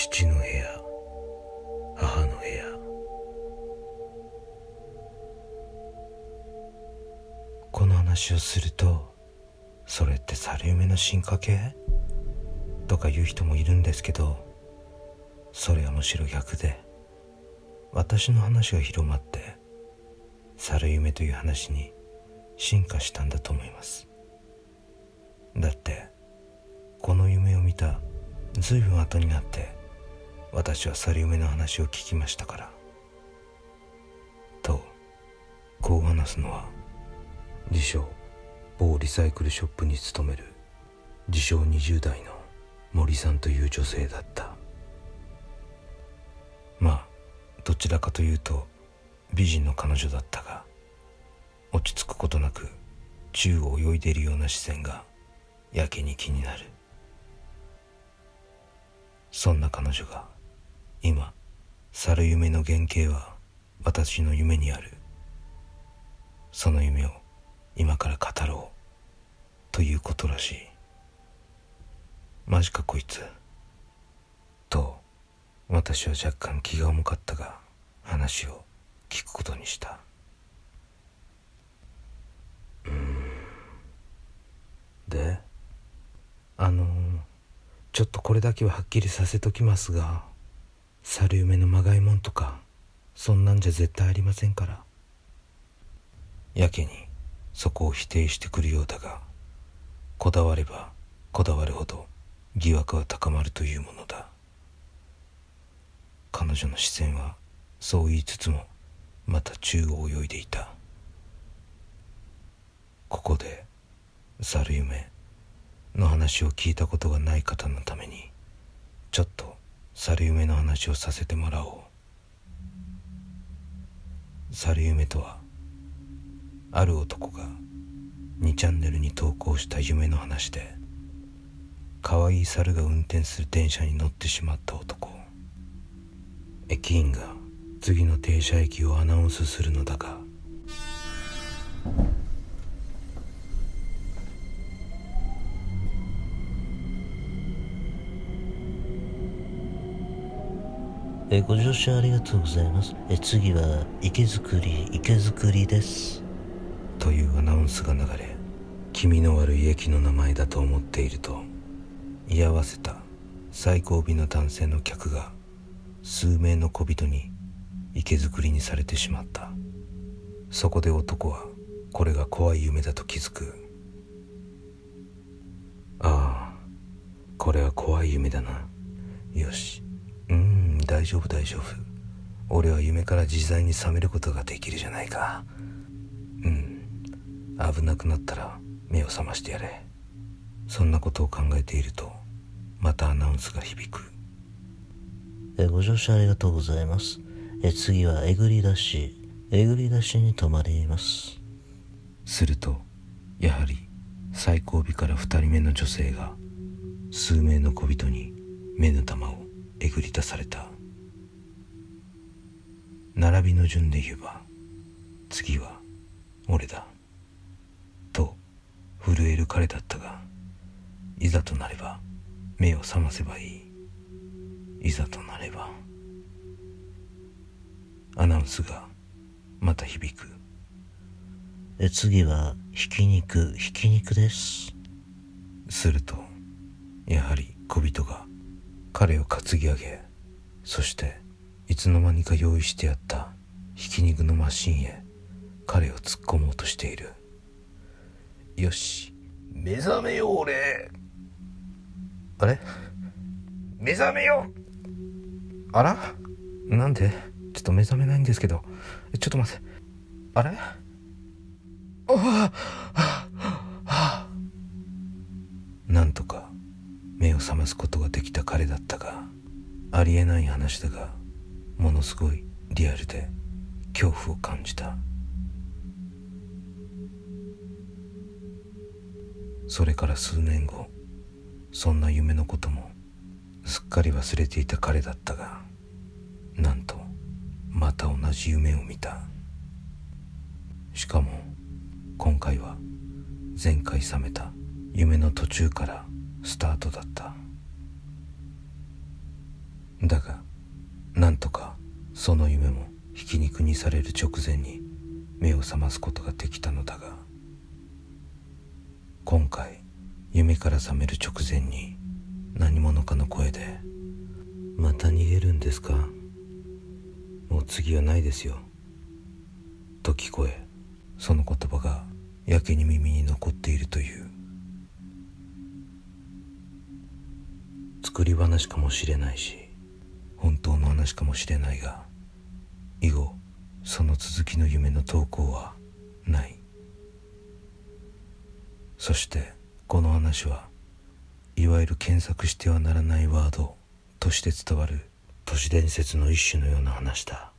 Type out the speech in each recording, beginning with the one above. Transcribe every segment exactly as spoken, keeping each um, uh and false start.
父の部屋、母の部屋。この話をすると、それって猿夢の進化系とか言う人もいるんですけど、それはむしろ逆で、私の話が広まって猿夢という話に進化したんだと思います。だってこの夢を見たずいぶん後になって私は猿夢の話を聞きましたから。とこう話すのは、自称某リサイクルショップに勤める自称にじゅう代の森さんという女性だった。まあどちらかというと美人の彼女だったが、落ち着くことなく宙を泳いでいるような視線がやけに気になる。そんな彼女が今、猿夢の原型は私の夢にある。その夢を今から語ろうということらしい。マジかこいつと私は若干気が重かったが、話を聞くことにした。うーんであのちょっとこれだけははっきりさせときますが、猿夢のまがいもんとかそんなんじゃ絶対ありませんから。やけにそこを否定してくるようだが、こだわればこだわるほど疑惑は高まるというものだ。彼女の視線はそう言いつつもまた宙を泳いでいた。ここで猿夢の話を聞いたことがない方のために、ちょっと猿夢の話をさせてもらおう。猿夢とは、ある男がにチャンネルに投稿した夢の話で、可愛い猿が運転する電車に乗ってしまった男。駅員が次の停車駅をアナウンスするのだが、 えご乗車ありがとうございます。え次は池作り池作りですというアナウンスが流れ、気味の悪い駅の名前だと思っていると、居合わせた最後尾の男性の客が数名の小人に池作りにされてしまった。そこで男はこれが怖い夢だと気づく。ああ、これは怖い夢だな。よし、うーん大丈夫大丈夫、俺は夢から自在に覚めることができるじゃないか。うん危なくなったら目を覚ましてやれ。そんなことを考えていると、またアナウンスが響く。 えご乗車ありがとうございます。え次はえぐり出しえぐり出しに停まります。 するとやはり最後尾から二人目の女性が数名の小人に目の玉をえぐり出された。並びの順で言えば、次は俺だと震える彼だったが、いざとなれば目を覚ませばいい。いざとなれば。アナウンスがまた響く。 え次はひき肉ひき肉です。 するとやはり小人が彼を担ぎ上げ、そしていつの間にか用意してあったひき肉のマシンへ彼を突っ込もうとしている。よし、目覚めよう俺。あれ、目覚めよう。あら、なんでちょっと目覚めないんですけど。ちょっと待って、あれ、ああ、はあ、なんとか目を覚ますことができた彼だったが、ありえない話だがものすごいリアルで恐怖を感じた。それから数年後、そんな夢のこともすっかり忘れていた彼だったが、なんとまた同じ夢を見た。しかも今回は前回覚めた夢の途中からスタートだった。 だがなんとかその夢もひき肉にされる直前に目を覚ますことができたのだが、今回夢から覚める直前に何者かの声で「また逃げるんですか？もう次はないですよ」と聞こえ、その言葉がやけに耳に残っているという。作り話かもしれないし本当の話かもしれないが、以後その続きの夢の投稿はない。そしてこの話はいわゆる検索してはならないワードとして伝わる都市伝説の一種のような話だ。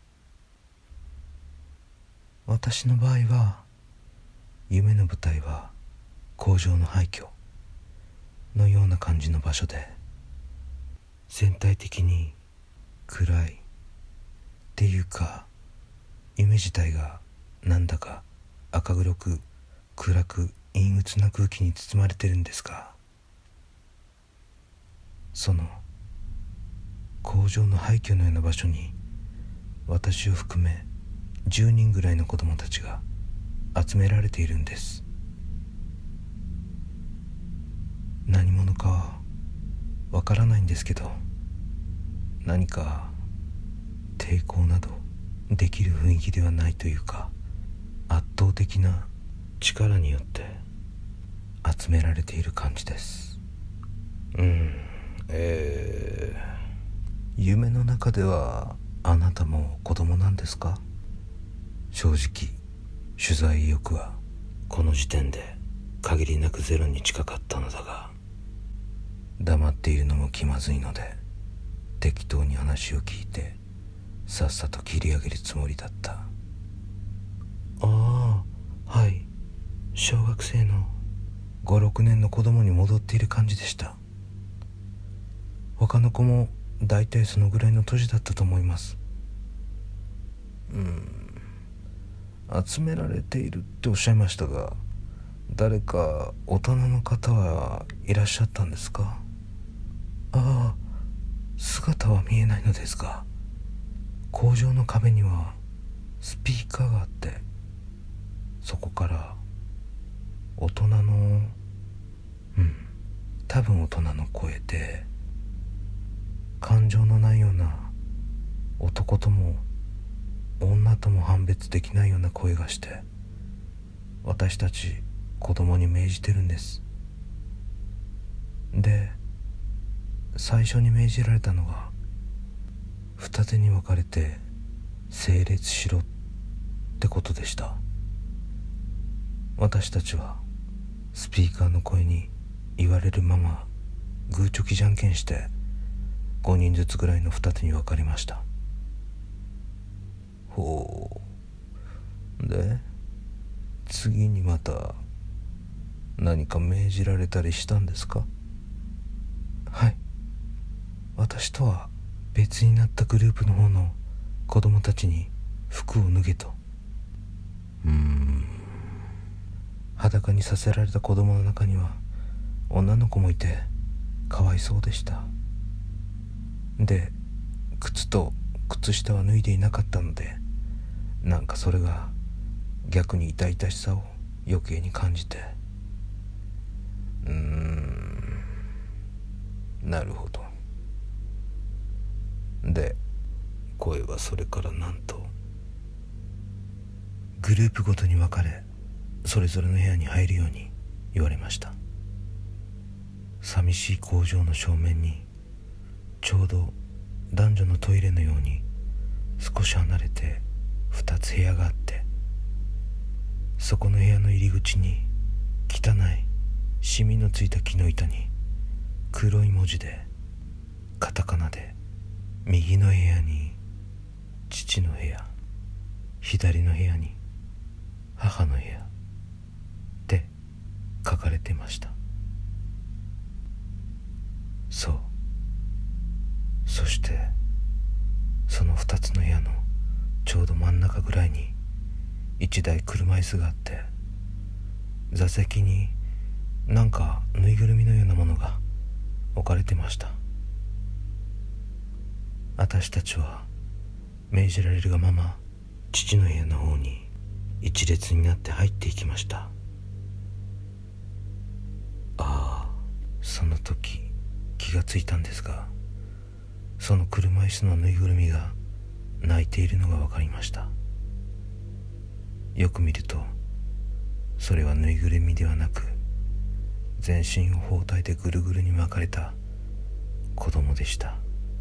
私の場合は夢の舞台は工場の廃墟のような感じの場所で、全体的に暗いっていうか、夢自体がなんだか赤黒く暗く陰鬱な空気に包まれてるんですが、その工場の廃墟のような場所に私を含めじゅうにんぐらいの子供たちが集められているんです。何者かはわからないんですけど、何か抵抗などできる雰囲気ではないというか、圧倒的な力によって集められている感じです。うんえー、夢の中ではあなたも子供なんですか？正直取材意欲はこの時点で限りなくゼロに近かったのだが、黙っているのも気まずいので適当に話を聞いてさっさと切り上げるつもりだった。ああ、はい、小学生のご、ろくねんの子供に戻っている感じでした。他の子もだいたいそのぐらいの年だったと思います。うーん集められているっておっしゃいましたが、誰か大人の方はいらっしゃったんですか？ああ、姿は見えないのですが、工場の壁にはスピーカーがあって、そこから大人のうん多分大人の声で、感情のないような、男とも女とも判別できないような声がして、私たち子供に命じてるんです。で、最初に命じられたのが、二手に分かれて整列しろってことでした。私たちはスピーカーの声に言われるままグーチョキじゃんけんしてごにんずつぐらいの二手に分かりました。ほう。で、次にまた何か命じられたりしたんですか？はい。私とは別になったグループの方の子供たちに服を脱げと。うーん。裸にさせられた子供の中には女の子もいてかわいそうでした。で、靴と靴下は脱いでいなかったので、なんかそれが逆に痛々しさを余計に感じて、うーんなるほど。で、声はそれからなんとグループごとに分かれ、それぞれの部屋に入るように言われました。寂しい工場の正面にちょうど男女のトイレのように少し離れて二つ部屋があって、そこの部屋の入り口に汚いシミのついた木の板に黒い文字でカタカナで、右の部屋に父の部屋、左の部屋に母の部屋って書かれてました。そう。そしてその二つの部屋のちょうど真ん中ぐらいに一台車椅子があって、座席になんかぬいぐるみのようなものが置かれてました。 私たちは命じられるがまま父の部屋の方に一列になって入っていきました。ああ、その時気がついたんですが、その車椅子のぬいぐるみが泣いているのが分かりました。よく見るとそれはぬいぐるみではなく、全身を包帯でぐるぐるに巻かれた子供でした。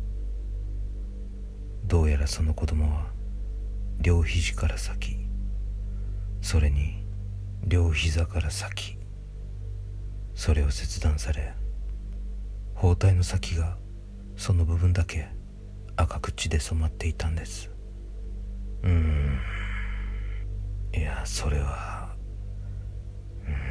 どうやらその子供は両肘から先、それに両膝から先、それを切断され、包帯の先がその部分だけ赤く血で染まっていたんです。うーんいや、それはうーん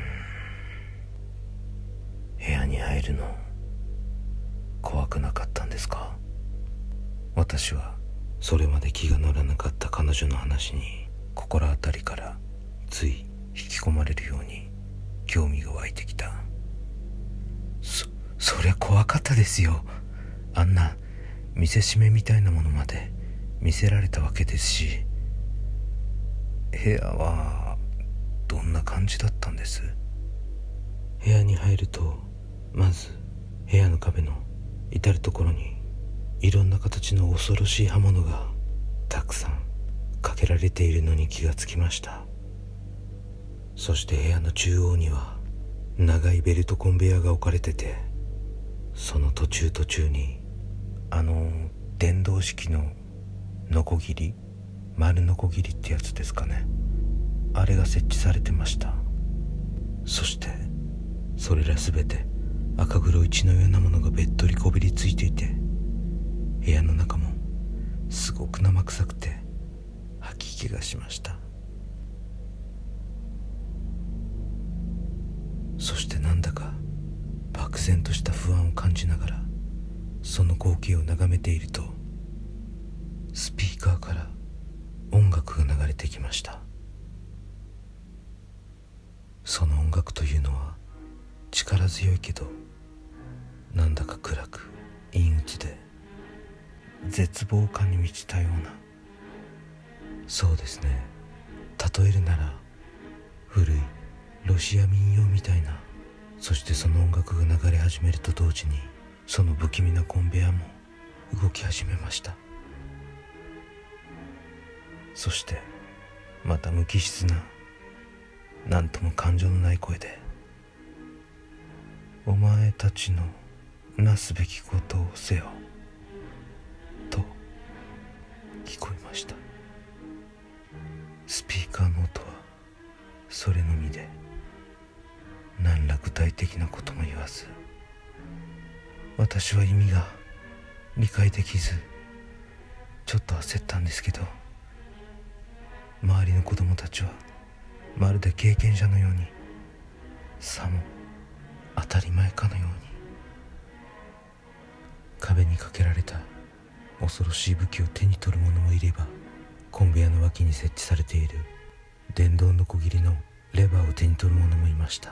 部屋に入るの怖くなかったんですか？私はそれまで気が乗らなかった彼女の話に心当たりからつい引き込まれるように興味が湧いてきた。そ、そりゃ怖かったですよ。あんな見せしめみたいなものまで見せられたわけですし、部屋はどんな感じだったんです？部屋に入るとまず部屋の壁の至るところにいろんな形の恐ろしい刃物がたくさんかけられているのに気がつきました。そして部屋の中央には長いベルトコンベヤーが置かれてて、その途中途中にあの電動式のノコギリ、丸ノコギリってやつですかね、あれが設置されてました。そしてそれらすべて赤黒い血のようなものがべっとりこびりついていて、部屋の中もすごく生臭くて吐き気がしました。そしてなんだか漠然とした不安を感じながらその光景を眺めていると、スピーカーから音楽が流れてきました。その音楽というのは力強いけどなんだか暗く陰鬱で絶望感に満ちたような、そうですね、例えるなら古いロシア民謡みたいな。そしてその音楽が流れ始めると同時にその不気味なコンベヤも動き始めました。そしてまた無機質な、なんとも感情のない声で、お前たちのなすべきことをせよと聞こえました。スピーカーの音はそれのみで、何ら具体的なことも言わず、私は意味が理解できずちょっと焦ったんですけど、周りの子供たちはまるで経験者のように、さも当たり前かのように、壁にかけられた恐ろしい武器を手に取る者もいれば、コンベヤの脇に設置されている電動のこぎりのレバーを手に取る者もいました。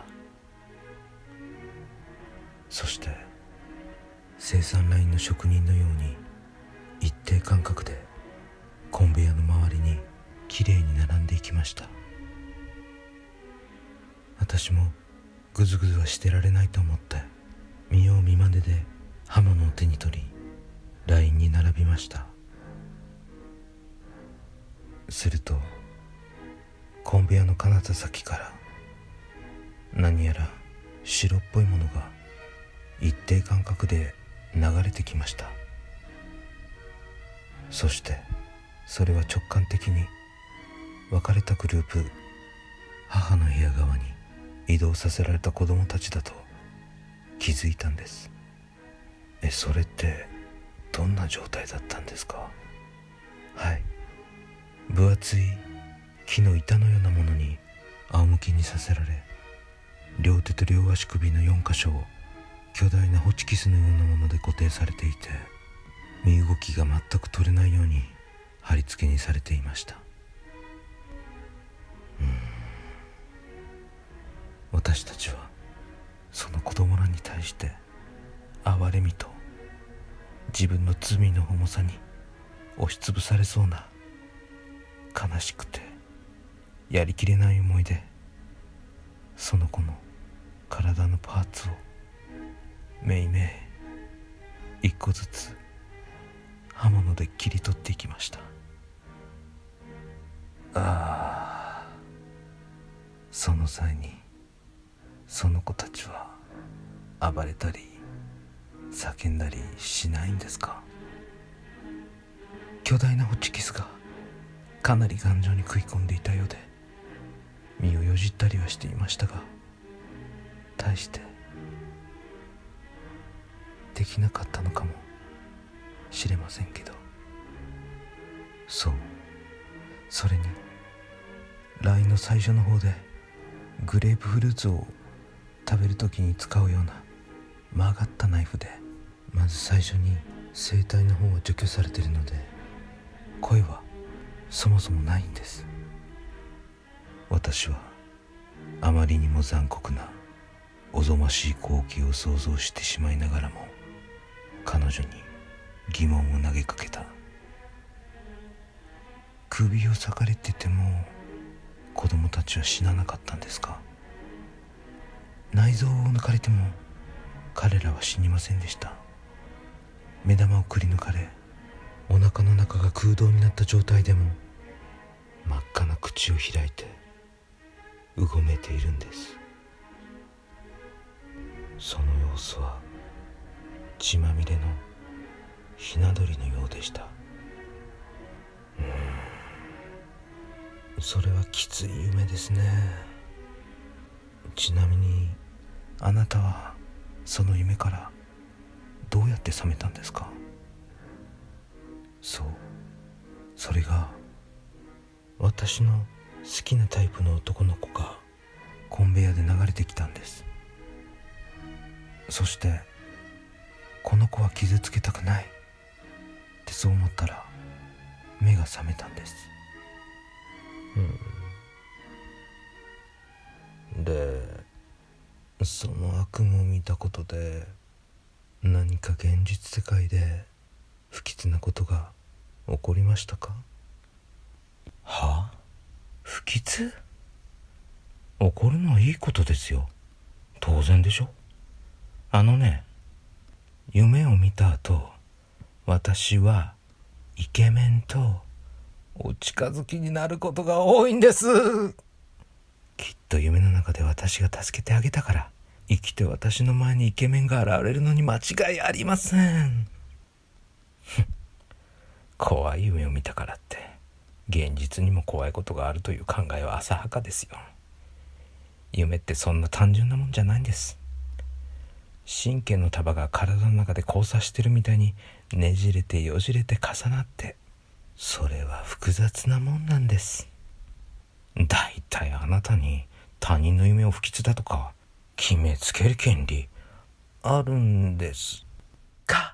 そして生産ラインの職人のように一定間隔でコンベヤの周りにきれいに並んでいきました。私もぐずぐずはしてられないと思って見よう見まねで刃物を手に取りラインに並びました。するとコンベヤの彼方先から何やら白っぽいものが一定間隔で流れてきました。そしてそれは直感的に別れたグループ、母の部屋側に移動させられた子供たちだと気づいたんです。え、それってどんな状態だったんですか？はい、分厚い木の板のようなものに仰向きにさせられ、両手と両足首のよんかしょを巨大なホチキスのようなもので固定されていて、身動きが全く取れないように貼り付けにされていました。うーん私たちはその子供らに対して哀れみと自分の罪の重さに押しつぶされそうな悲しくてやりきれない思いで、その子の体のパーツをめいめい一個ずつ刃物で切り取っていきました。ああ、その際にその子たちは暴れたり叫んだりしないんですか？巨大なホチキスがかなり頑丈に食い込んでいたようで、身をよじったりはしていましたが、大してできなかったのかもしれませんけど、そう、それにラインの最初の方でグレープフルーツを食べるときに使うような曲がったナイフで、まず最初に声帯の方は除去されているので、声はそもそもないんです。私はあまりにも残酷なおぞましい光景を想像してしまいながらも、彼女に疑問を投げかけた。首を裂かれてても子供たちは死ななかったんですか？内臓を抜かれても彼らは死にませんでした。目玉をくり抜かれ、お腹の中が空洞になった状態でも真っ赤な口を開いてうごめいているんです。その様子は血まみれのひな鳥のようでした。うーん、それはきつい夢ですね。ちなみにあなたはその夢からどうやって覚めたんですか？そう、それが私の好きなタイプの男の子がコンベヤで流れてきたんです。そしてこの子は傷つけたくないってそう思ったら目が覚めたんです。うん、でその悪夢を見たことで何か現実世界で不吉なことが起こりましたか？はあ？不吉？起こるのはいいことですよ。当然でしょ。あのね、夢を見た後、私はイケメンとお近づきになることが多いんです。きっと夢の中で私が助けてあげたから、生きて私の前にイケメンが現れるのに間違いありません。怖い夢を見たからって現実にも怖いことがあるという考えは浅はかですよ。夢ってそんな単純なもんじゃないんです。神経の束が体の中で交差してるみたいにねじれてよじれて重なって、それは複雑なもんなんです。だいたいあなたに他人の夢を不吉だとか決めつける権利あるんですか？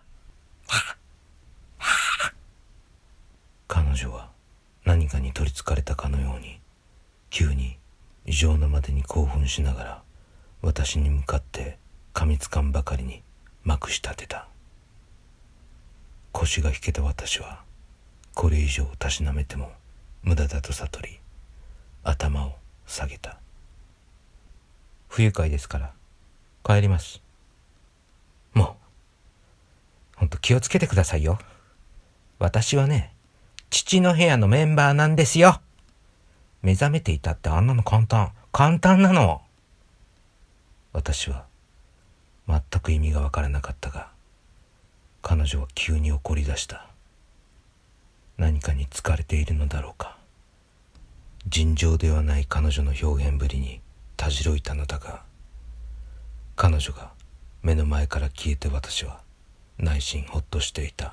彼女は何かに取りつかれたかのように急に異常なまでに興奮しながら私に向かって噛みつかんばかりにまくし立てた。腰が引けた私はこれ以上たしなめても無駄だと悟り頭を下げた。不愉快ですから帰ります。もうほんと気をつけてくださいよ。私はね、父の部屋のメンバーなんですよ。目覚めていたってあんなの簡単簡単なの。私は全く意味がわからなかったが、彼女は急に怒り出した。何かに疲れているのだろうか。尋常ではない彼女の表現ぶりにたじろいたのだが、彼女が目の前から消えて私は内心ほっとしていた。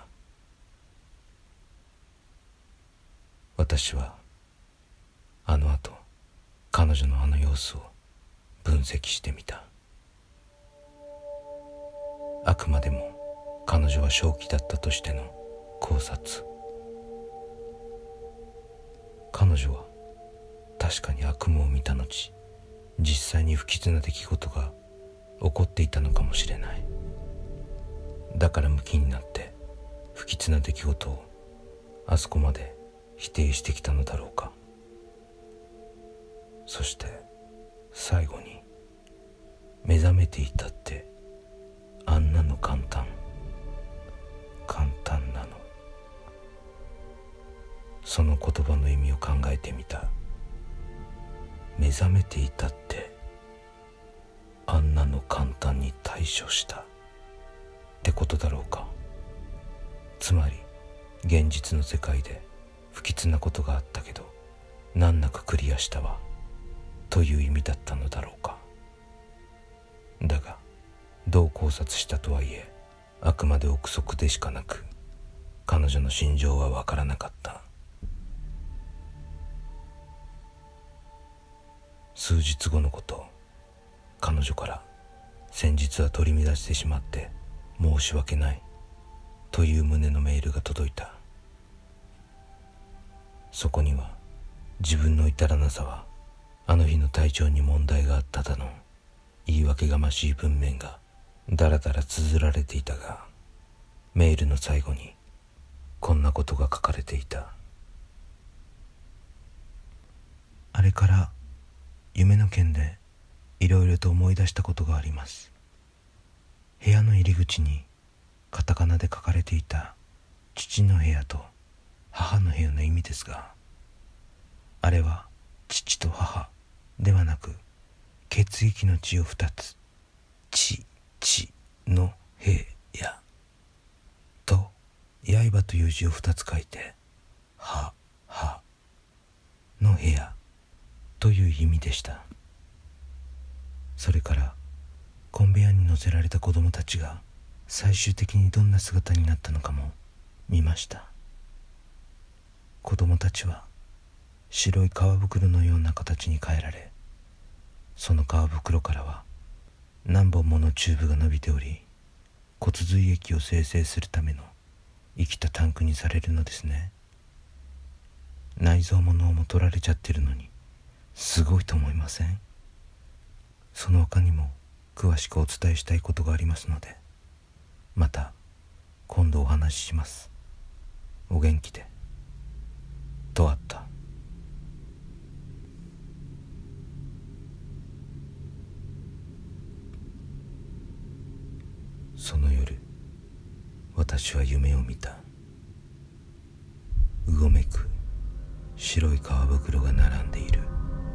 私はあの後彼女のあの様子を分析してみた。あくまでも彼女は正気だったとしての考察。彼女は確かに悪夢を見た後、実際に不吉な出来事が起こっていたのかもしれない。だから向きになって不吉な出来事をあそこまで否定してきたのだろうか。そして最後に、目覚めていたってあんなの簡単簡単なの。その言葉の意味を考えてみた。目覚めていたってあんなの簡単に対処したってことだろうか。つまり現実の世界で不吉なことがあったけど難なくクリアしたわという意味だったのだろうか。だがどう考察したとはいえ、あくまで憶測でしかなく、彼女の心情はわからなかった。数日後のこと、彼女から先日は取り乱してしまって申し訳ないという旨のメールが届いた。そこには自分の至らなさはあの日の体調に問題があっただの言い訳がましい文面がだらだら綴られていたが、メールの最後にこんなことが書かれていた。あれから夢の件でいろいろと思い出したことがあります。部屋の入り口にカタカナで書かれていた父の部屋と母の部屋の意味ですが、あれは父と母ではなく血液の血を二つ、血、血の部屋と刃という字を二つ書いては、はの部屋という意味でした。それからコンベヤに乗せられた子供たちが最終的にどんな姿になったのかも見ました。子供たちは白い皮袋のような形に変えられ、その皮袋からは何本ものチューブが伸びており、骨髄液を生成するための生きたタンクにされるのですね。内臓も脳も取られちゃってるのにすごいと思いません？その他にも詳しくお伝えしたいことがありますので、また今度お話しします。お元気で。とあった。その夜、私は夢を見た。うごめく白い皮袋が並んでいる。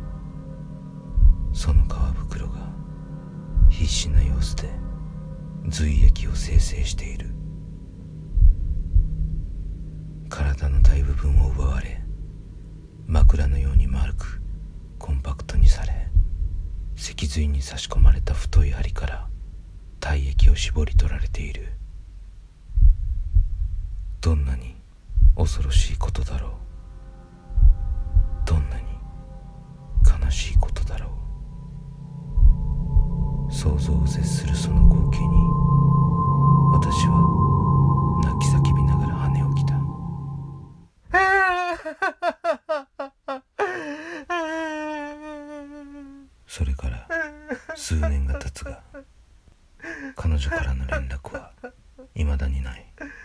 その皮袋が必死な様子で髄液を生成している。体の大部分を奪われ、枕のように丸くコンパクトにされ、脊髄に差し込まれた太い針から体液を絞り取られている。どんなに恐ろしいことだろう。どんなに悲しいことだろう。想像を絶するその光景に私は泣き叫びながら羽を着た。それから数年が経つが、彼女からの連絡は未だにない。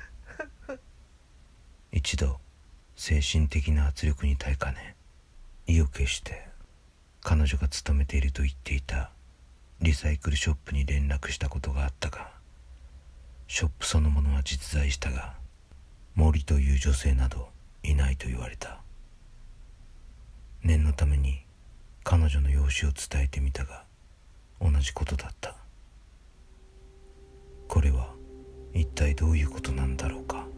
一度精神的な圧力に耐えかね、意を決して彼女が勤めていると言っていたリサイクルショップに連絡したことがあったが、ショップそのものは実在したが、森という女性などいないと言われた。念のために彼女の容姿を伝えてみたが、同じことだった。これは一体どういうことなんだろうか。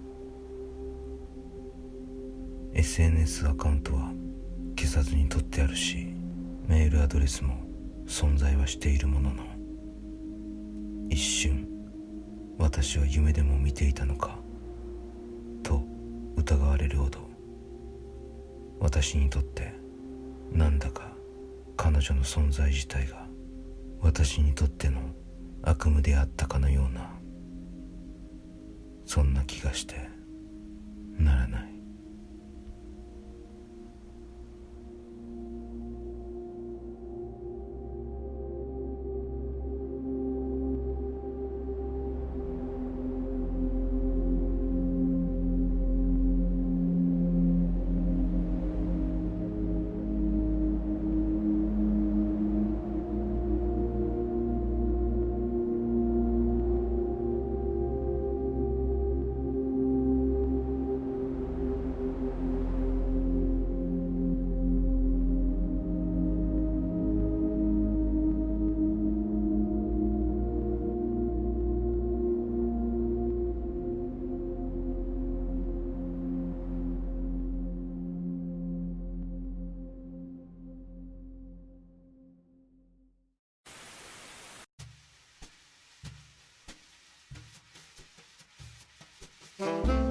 エスエヌエス アカウントは消さずに取ってあるし、メールアドレスも存在はしているものの、一瞬私は夢でも見ていたのかと疑われるほど、私にとってなんだか彼女の存在自体が私にとっての悪夢であったかのような、そんな気がしてならない。 す。